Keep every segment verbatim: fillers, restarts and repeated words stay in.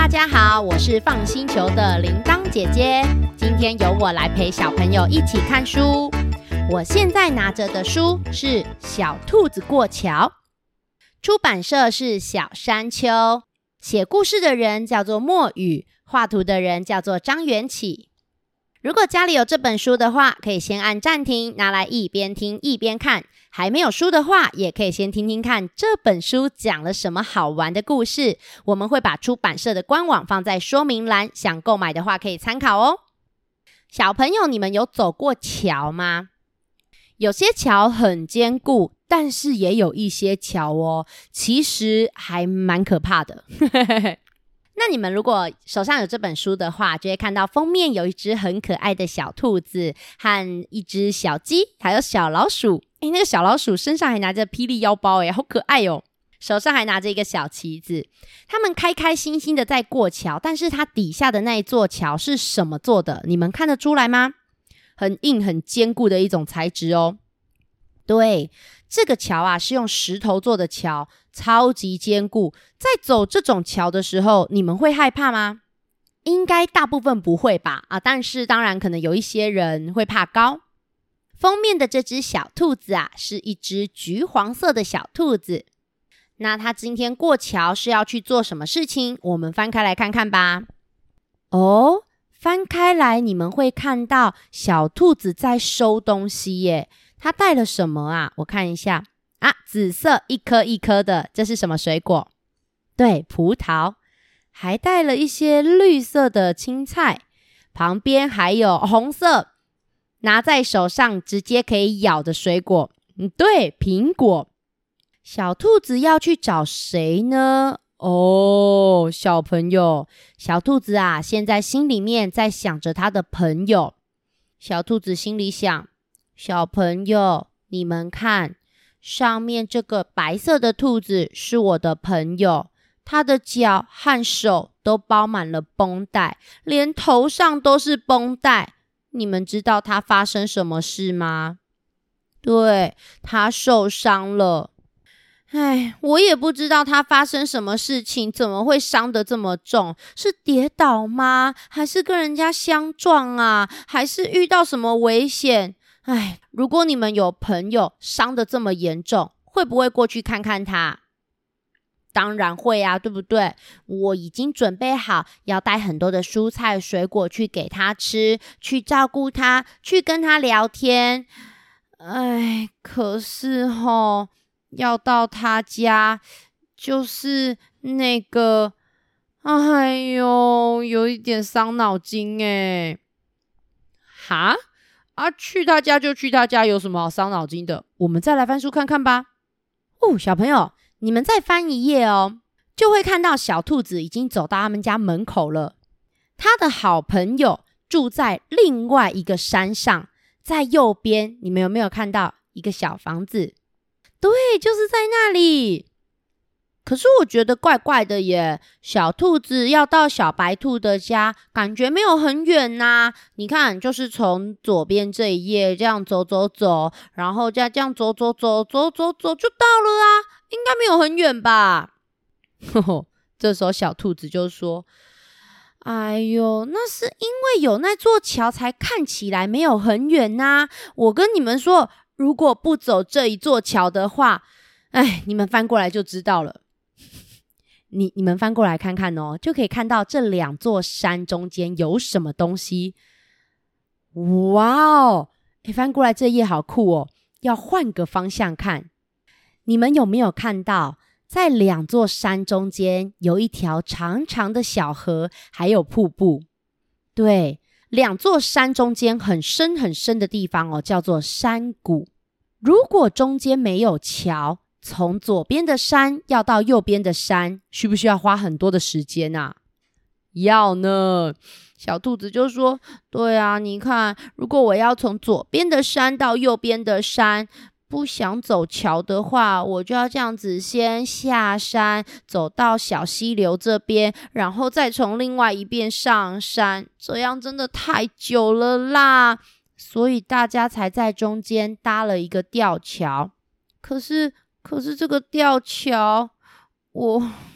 家好，我是放星球的铃铛姐姐，今天由我来陪小朋友一起看书。我现在拿着的书是《小兔子过桥》，出版社是小山丘，写故事的人叫做墨雨，画图的人叫做张元启。如果家里有这本书的话，可以先按暂停，拿来一边听一边看。还没有书的话，也可以先听听看这本书讲了什么好玩的故事。我们会把出版社的官网放在说明栏，想购买的话可以参考哦。小朋友，你们有走过桥吗？有些桥很坚固，但是也有一些桥哦，其实还蛮可怕的。那你们如果手上有这本书的话，就会看到封面有一只很可爱的小兔子和一只小鸡，还有小老鼠。诶，那个小老鼠身上还拿着霹雳腰包，诶，好可爱哦，手上还拿着一个小旗子。他们开开心心的在过桥，但是它底下的那一座桥是什么做的？你们看得出来吗？很硬很坚固的一种材质哦。对，这个桥啊是用石头做的桥，超级坚固。在走这种桥的时候，你们会害怕吗？应该大部分不会吧？啊，但是当然可能有一些人会怕高。封面的这只小兔子啊，是一只橘黄色的小兔子。那它今天过桥是要去做什么事情？我们翻开来看看吧。哦，翻开来你们会看到小兔子在收东西耶。它带了什么啊？我看一下啊，紫色一颗一颗的，这是什么水果？对，葡萄。还带了一些绿色的青菜，旁边还有红色拿在手上直接可以咬的水果，嗯，对，苹果。小兔子要去找谁呢？哦，小朋友，小兔子啊，现在心里面在想着他的朋友。小兔子心里想，小朋友，你们看，上面这个白色的兔子是我的朋友，它的脚和手都包满了绷带，连头上都是绷带。你们知道它发生什么事吗？对，它受伤了。唉，我也不知道它发生什么事情，怎么会伤得这么重？是跌倒吗？还是跟人家相撞啊？还是遇到什么危险？唉，如果你们有朋友伤得这么严重，会不会过去看看他？当然会啊，对不对？我已经准备好要带很多的蔬菜水果去给他吃，去照顾他，去跟他聊天。唉，可是齁，要到他家，就是那个，哎呦，有一点伤脑筋诶。哈？啊，去他家就去他家，有什么好伤脑筋的？我们再来翻书看看吧。哦，小朋友，你们再翻一页哦，就会看到小兔子已经走到他们家门口了。他的好朋友住在另外一个山上，在右边，你们有没有看到一个小房子？对，就是在那里。可是我觉得怪怪的耶，小兔子要到小白兔的家，感觉没有很远啊。你看，就是从左边这一页这样走走走，然后再这样走走走走走走就到了啊，应该没有很远吧？呵呵，这时候小兔子就说：哎呦，那是因为有那座桥才看起来没有很远啊。我跟你们说，如果不走这一座桥的话，哎，你们翻过来就知道了。你你们翻过来看看哦，就可以看到这两座山中间有什么东西。哇哦，诶，翻过来这页好酷哦，要换个方向看。你们有没有看到，在两座山中间有一条长长的小河，还有瀑布？对，两座山中间很深很深的地方哦，叫做山谷。如果中间没有桥，从左边的山要到右边的山，需不需要花很多的时间啊？要呢。小兔子就说，对啊，你看，如果我要从左边的山到右边的山，不想走桥的话，我就要这样子先下山，走到小溪流这边，然后再从另外一边上山，这样真的太久了啦。所以大家才在中间搭了一个吊桥。可是可是这个吊桥，我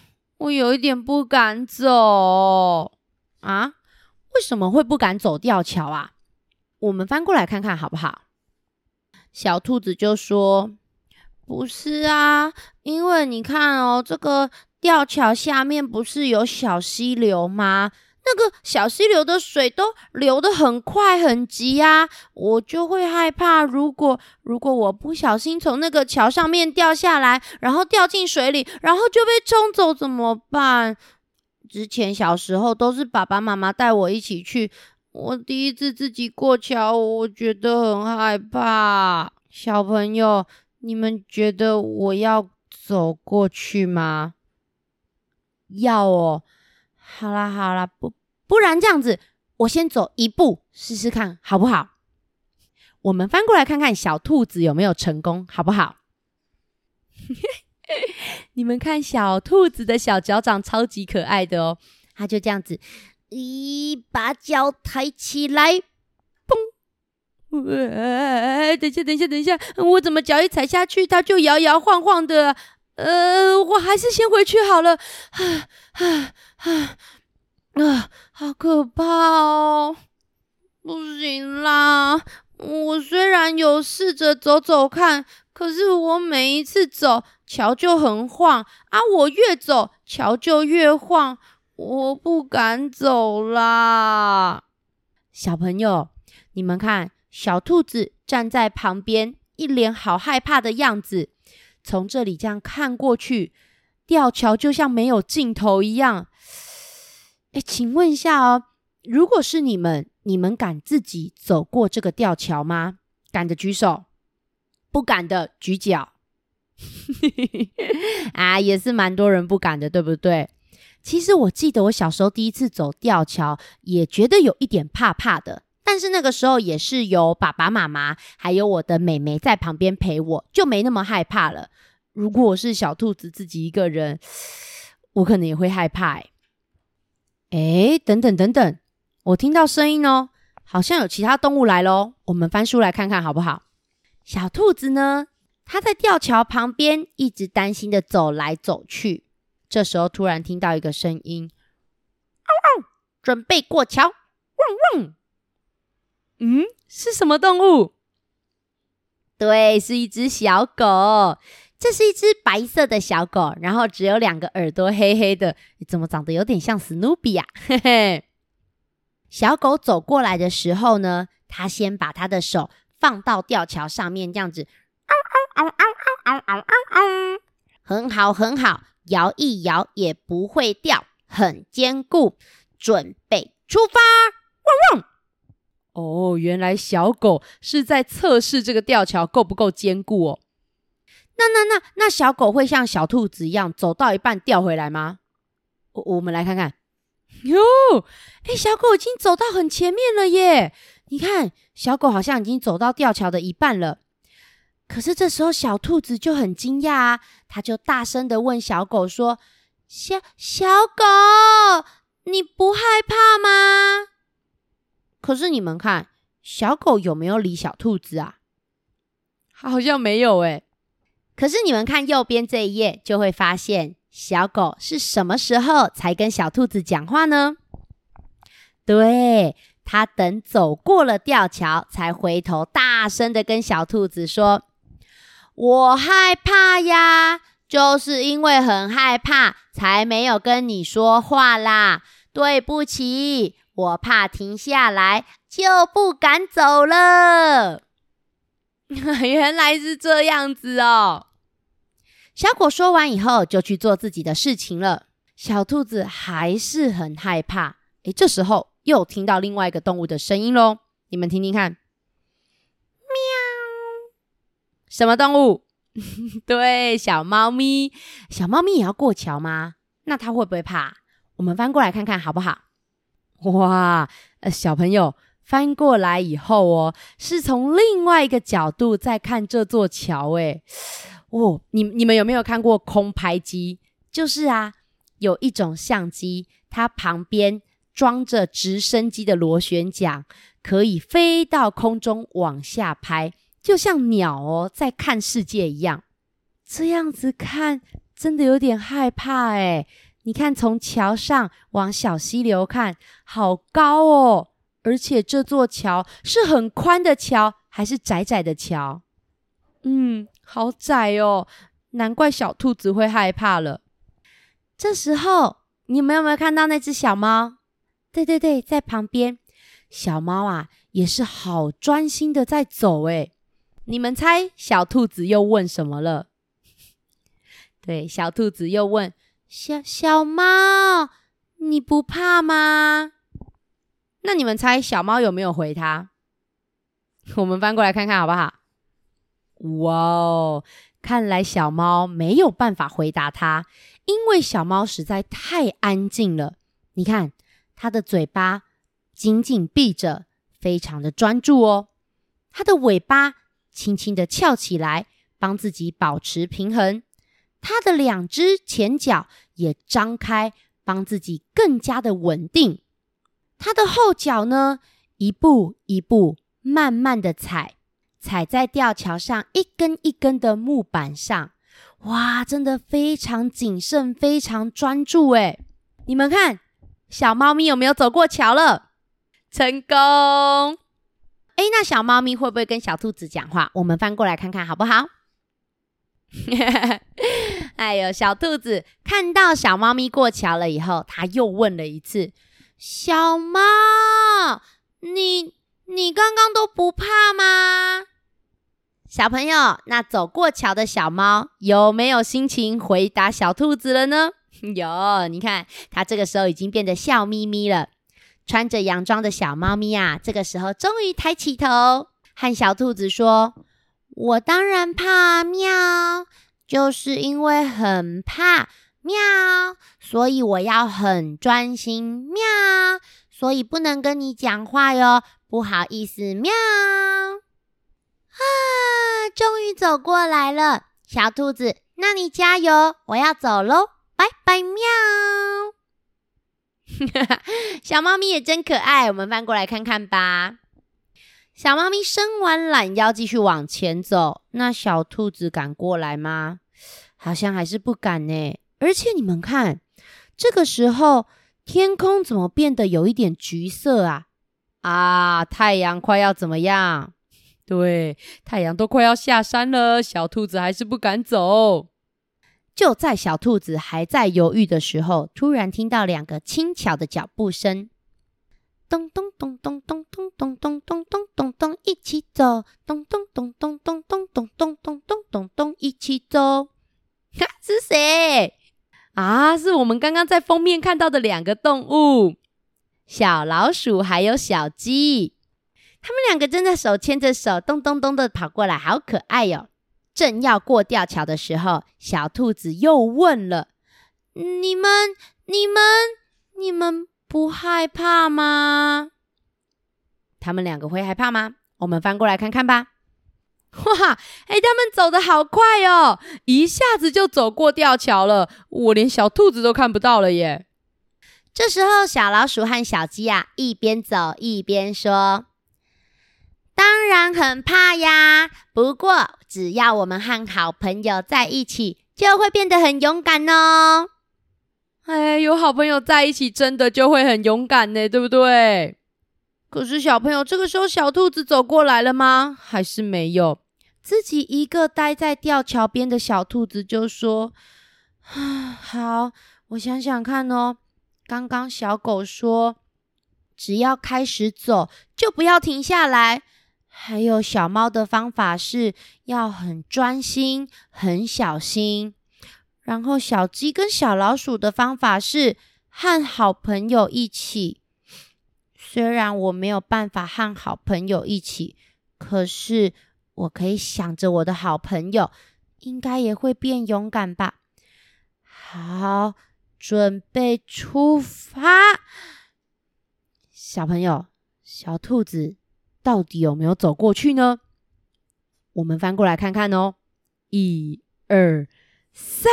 我有一点不敢走。啊？为什么会不敢走吊桥啊？我们翻过来看看好不好？小兔子就说，不是啊，因为你看哦，这个吊桥下面不是有小溪流吗？那个小溪流的水都流得很快很急啊，我就会害怕，如果如果我不小心从那个桥上面掉下来，然后掉进水里，然后就被冲走怎么办？之前小时候都是爸爸妈妈带我一起去，我第一次自己过桥，我觉得很害怕。小朋友，你们觉得我要走过去吗？要哦。好啦好啦，不不然这样子，我先走一步试试看好不好？我们翻过来看看小兔子有没有成功，好不好？你们看小兔子的小脚掌超级可爱的哦，它就这样子，一把脚抬起来，砰！呃，等一下等一下等一下，我怎么脚一踩下去，它就摇摇晃晃的啊？呃，我还是先回去好了。啊啊啊啊！好可怕哦！不行啦，我虽然有试着走走看，可是我每一次走，桥就很晃啊！我越走，桥就越晃，我不敢走啦。小朋友，你们看，小兔子站在旁边，一脸好害怕的样子。从这里这样看过去，吊桥就像没有尽头一样。诶，请问一下哦，如果是你们，你们敢自己走过这个吊桥吗？敢的举手，不敢的举脚。啊，也是蛮多人不敢的，对不对？其实我记得我小时候第一次走吊桥，也觉得有一点怕怕的。但是那个时候也是有爸爸妈妈还有我的妹妹在旁边陪我，就没那么害怕了。如果我是小兔子自己一个人，我可能也会害怕欸。诶，等等等等，我听到声音哦，好像有其他动物来咯，我们翻书来看看好不好？小兔子呢，它在吊桥旁边一直担心的走来走去。这时候突然听到一个声音，汪汪，准备过桥，汪汪。嗯，是什么动物？对，是一只小狗。这是一只白色的小狗，然后只有两个耳朵黑黑的，怎么长得有点像史努比啊？嘿嘿。小狗走过来的时候呢，它先把它的手放到吊桥上面，这样子，嗷嗷嗷嗷嗷嗷嗷嗷，很好很好，摇一摇也不会掉，很坚固。准备出发，汪汪！哦，原来小狗是在测试这个吊桥够不够坚固哦。那那那那小狗会像小兔子一样走到一半掉回来吗？我我们来看看。哟，哎，小狗已经走到很前面了耶！你看，小狗好像已经走到吊桥的一半了。可是这时候小兔子就很惊讶啊，它就大声的问小狗说：“小小狗，你不害怕吗？”可是你们看，小狗有没有理小兔子啊？好像没有诶。可是你们看右边这一页，就会发现小狗是什么时候才跟小兔子讲话呢？对，它等走过了吊桥，才回头大声的跟小兔子说：“我害怕呀，就是因为很害怕，才没有跟你说话啦。对不起，我怕停下来，就不敢走了。”原来是这样子哦。小狗说完以后，就去做自己的事情了。小兔子还是很害怕。诶，这时候又听到另外一个动物的声音咯，你们听听看。喵！什么动物？对，小猫咪。小猫咪也要过桥吗？那它会不会怕？我们翻过来看看好不好？哇，呃，小朋友翻过来以后哦，是从另外一个角度在看这座桥诶。哦，你你们有没有看过空拍机？就是啊，有一种相机，它旁边装着直升机的螺旋桨，可以飞到空中往下拍，就像鸟哦在看世界一样。这样子看真的有点害怕诶。 你看，从桥上往小溪流看，好高哦！而且这座桥是很宽的桥，还是窄窄的桥？嗯，好窄哦，难怪小兔子会害怕了。这时候，你们有没有看到那只小猫？对对对，在旁边。小猫啊，也是好专心的在走诶。你们猜小兔子又问什么了？对，小兔子又问小小猫，你不怕吗？那你们猜小猫有没有回它？我们翻过来看看好不好？哇哦，看来小猫没有办法回答它，因为小猫实在太安静了。你看，它的嘴巴紧紧闭着，非常的专注哦。它的尾巴轻轻的翘起来，帮自己保持平衡。它的两只前脚也张开，帮自己更加的稳定。它的后脚呢，一步一步慢慢的踩，踩在吊桥上一根一根的木板上。哇，真的非常谨慎，非常专注耶。你们看，小猫咪有没有走过桥了？成功！诶，那小猫咪会不会跟小兔子讲话？我们翻过来看看好不好？哎呦，小兔子看到小猫咪过桥了以后，它又问了一次：小猫，你你刚刚都不怕吗？小朋友，那走过桥的小猫有没有心情回答小兔子了呢？有，你看它这个时候已经变得笑眯眯了。穿着洋装的小猫咪啊，这个时候终于抬起头，和小兔子说：我当然怕，喵，就是因为很怕，喵，所以我要很专心，喵，所以不能跟你讲话哟，不好意思，喵。啊，终于走过来了，小兔子，那你加油，我要走咯，拜拜，喵。小猫咪也真可爱，我们翻过来看看吧。小猫咪伸完懒腰继续往前走，那小兔子敢过来吗？好像还是不敢呢。而且你们看，这个时候天空怎么变得有一点橘色啊？啊，太阳快要怎么样？对，太阳都快要下山了，小兔子还是不敢走。就在小兔子还在犹豫的时候，突然听到两个轻巧的脚步声，咚咚咚咚咚咚咚咚咚咚咚咚，一起走，咚咚咚咚咚咚咚咚咚咚咚咚，一起走。哈，是谁啊？是我们刚刚在封面看到的两个动物，小老鼠还有小鸡。他们两个真的手牵着手，咚咚咚的跑过来，好可爱哟。正要过吊桥的时候，小兔子又问了：你们、你们、你们不害怕吗？他们两个会害怕吗？我们翻过来看看吧。哇，哎，他们走得好快哦，一下子就走过吊桥了，我连小兔子都看不到了耶。这时候，小老鼠和小鸡啊，一边走一边说：当然很怕呀，不过只要我们和好朋友在一起，就会变得很勇敢哦。哎，有好朋友在一起，真的就会很勇敢呢，对不对？可是小朋友，这个时候小兔子走过来了吗？还是没有？自己一个待在吊桥边的小兔子就说：好，我想想看哦。刚刚小狗说，只要开始走，就不要停下来。还有小猫的方法是要很专心、很小心。然后小鸡跟小老鼠的方法是和好朋友一起。虽然我没有办法和好朋友一起，可是我可以想着我的好朋友，应该也会变勇敢吧。好，准备出发。小朋友，小兔子到底有没有走过去呢？我们翻过来看看哦。一、二、三。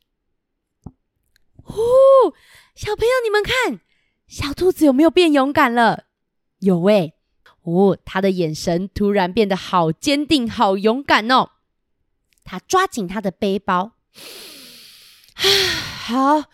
呼！小朋友，你们看，小兔子有没有变勇敢了？有诶。哦，他的眼神突然变得好坚定，好勇敢哦。他抓紧他的背包。好，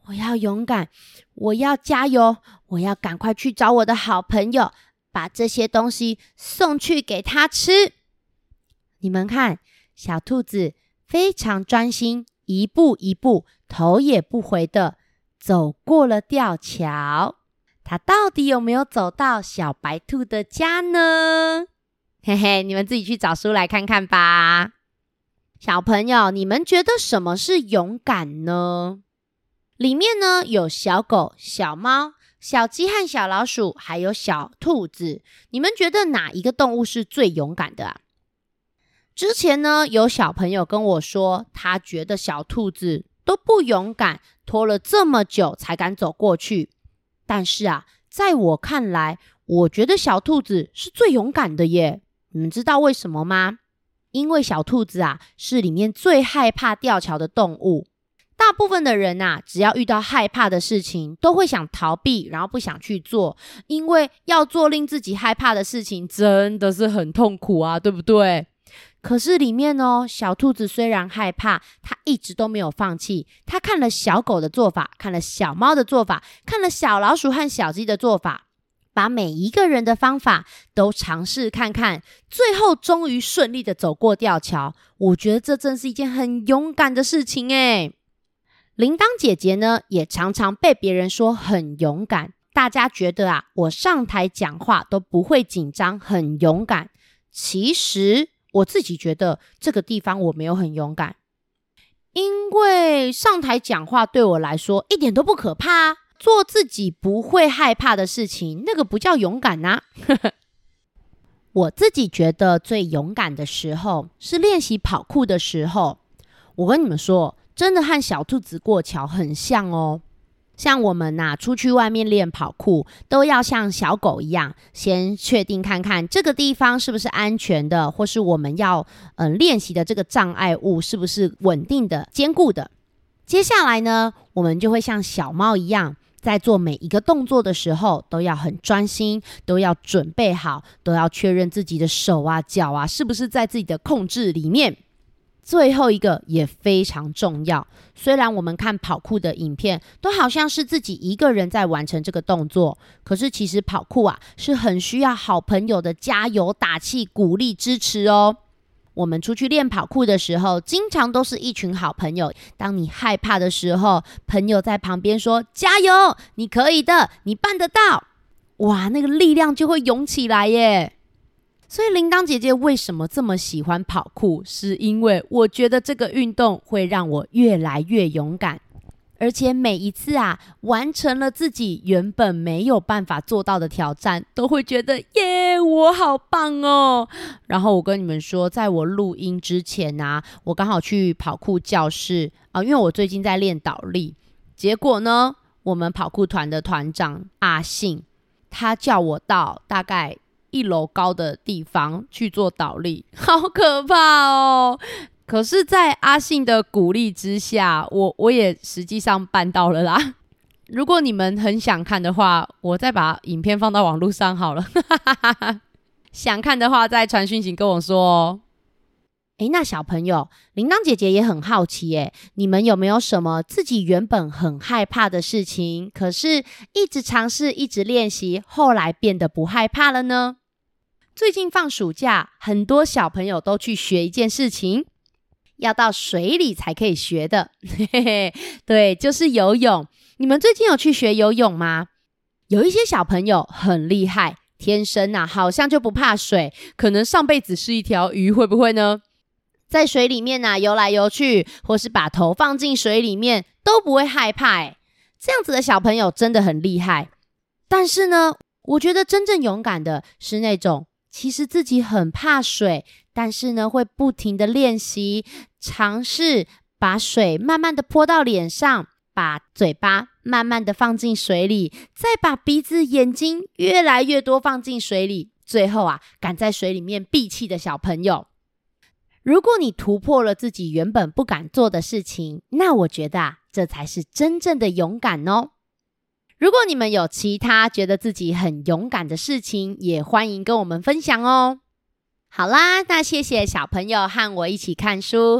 我要勇敢，我要加油，我要赶快去找我的好朋友，把这些东西送去给他吃。你们看，小兔子非常专心，一步一步，头也不回的走过了吊桥。它到底有没有走到小白兔的家呢？嘿嘿，你们自己去找书来看看吧。小朋友，你们觉得什么是勇敢呢？里面呢有小狗、小猫、小鸡和小老鼠，还有小兔子。你们觉得哪一个动物是最勇敢的啊？之前呢，有小朋友跟我说，他觉得小兔子都不勇敢，拖了这么久才敢走过去。但是啊，在我看来，我觉得小兔子是最勇敢的耶。你们知道为什么吗？因为小兔子啊，是里面最害怕吊桥的动物。大部分的人啊，只要遇到害怕的事情，都会想逃避，然后不想去做，因为要做令自己害怕的事情，真的是很痛苦啊，对不对？可是里面哦，小兔子虽然害怕，它一直都没有放弃。它看了小狗的做法，看了小猫的做法，看了小老鼠和小鸡的做法，把每一个人的方法都尝试看看，最后终于顺利的走过吊桥。我觉得这真是一件很勇敢的事情耶。铃铛姐姐呢，也常常被别人说很勇敢。大家觉得啊，我上台讲话都不会紧张，很勇敢。其实我自己觉得这个地方我没有很勇敢，因为上台讲话对我来说一点都不可怕啊，做自己不会害怕的事情，那个不叫勇敢啊。我自己觉得最勇敢的时候是练习跑酷的时候。我跟你们说，真的和小兔子过桥很像哦。像我们啊，出去外面练跑酷，都要像小狗一样，先确定看看这个地方是不是安全的，或是我们要呃练习的这个障碍物是不是稳定的、坚固的。接下来呢，我们就会像小猫一样，在做每一个动作的时候，都要很专心，都要准备好，都要确认自己的手啊、脚啊，是不是在自己的控制里面。最后一个也非常重要，虽然我们看跑酷的影片都好像是自己一个人在完成这个动作，可是其实跑酷啊是很需要好朋友的加油打气、鼓励支持哦。我们出去练跑酷的时候，经常都是一群好朋友。当你害怕的时候，朋友在旁边说加油，你可以的，你办得到，哇，那个力量就会涌起来耶。所以铃铛姐姐为什么这么喜欢跑酷，是因为我觉得这个运动会让我越来越勇敢，而且每一次啊完成了自己原本没有办法做到的挑战，都会觉得耶，我好棒哦。然后我跟你们说，在我录音之前啊，我刚好去跑酷教室啊、呃，因为我最近在练倒立，结果呢，我们跑酷团的团长阿信，他叫我到大概一楼高的地方去做倒立，好可怕哦。可是在阿信的鼓励之下，我我也实际上办到了啦。如果你们很想看的话，我再把影片放到网络上好了。想看的话再传讯息跟我说哦。诶，那小朋友，铃铛姐姐也很好奇耶，你们有没有什么自己原本很害怕的事情，可是一直尝试一直练习，后来变得不害怕了呢？最近放暑假，很多小朋友都去学一件事情，要到水里才可以学的。嘿嘿嘿，对，就是游泳。你们最近有去学游泳吗？有一些小朋友很厉害，天生啊好像就不怕水，可能上辈子是一条鱼，会不会呢？在水里面啊游来游去，或是把头放进水里面都不会害怕耶。这样子的小朋友真的很厉害。但是呢，我觉得真正勇敢的是那种其实自己很怕水，但是呢会不停的练习，尝试把水慢慢的泼到脸上，把嘴巴慢慢的放进水里，再把鼻子、眼睛越来越多放进水里，最后啊敢在水里面闭气的小朋友。如果你突破了自己原本不敢做的事情，那我觉得啊这才是真正的勇敢哦。如果你们有其他觉得自己很勇敢的事情，也欢迎跟我们分享哦。好啦，那谢谢小朋友和我一起看书。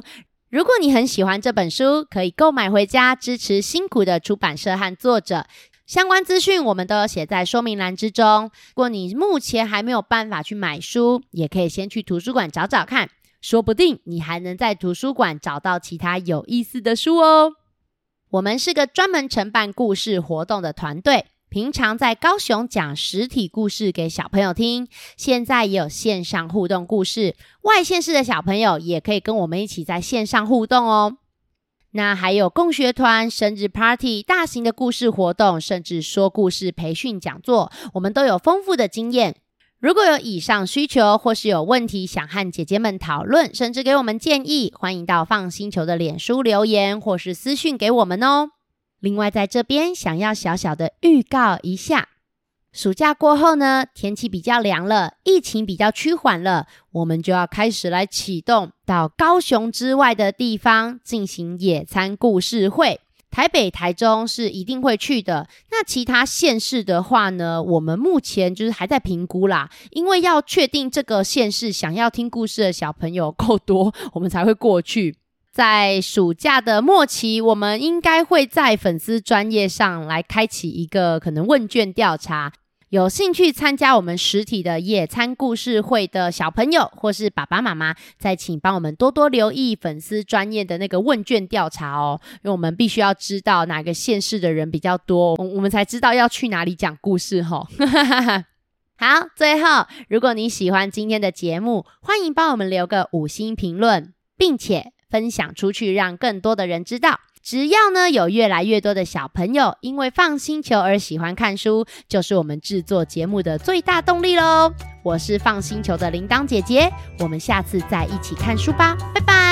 如果你很喜欢这本书，可以购买回家支持辛苦的出版社和作者。相关资讯我们都有写在说明栏之中。如果你目前还没有办法去买书，也可以先去图书馆找找看，说不定你还能在图书馆找到其他有意思的书哦。我们是个专门承办故事活动的团队，平常在高雄讲实体故事给小朋友听，现在也有线上互动故事，外县市的小朋友也可以跟我们一起在线上互动哦。那还有共学团、生日 party、大型的故事活动，甚至说故事培训讲座，我们都有丰富的经验。如果有以上需求，或是有问题想和姐姐们讨论，甚至给我们建议，欢迎到放星球的脸书留言，或是私讯给我们哦。另外在这边想要小小的预告一下，暑假过后呢，天气比较凉了，疫情比较趋缓了，我们就要开始来启动到高雄之外的地方进行野餐故事会。台北、台中是一定会去的，那其他县市的话呢，我们目前就是还在评估啦，因为要确定这个县市想要听故事的小朋友够多，我们才会过去。在暑假的末期，我们应该会在粉丝专页上来开启一个可能问卷调查，有兴趣参加我们实体的野餐故事会的小朋友或是爸爸妈妈，再请帮我们多多留意粉丝专页的那个问卷调查哦，因为我们必须要知道哪个县市的人比较多，我们才知道要去哪里讲故事吼。好，最后如果你喜欢今天的节目，欢迎帮我们留个五星评论，并且分享出去，让更多的人知道。只要呢有越来越多的小朋友因为放星球而喜欢看书，就是我们制作节目的最大动力咯。我是放星球的铃铛姐姐，我们下次再一起看书吧，拜拜。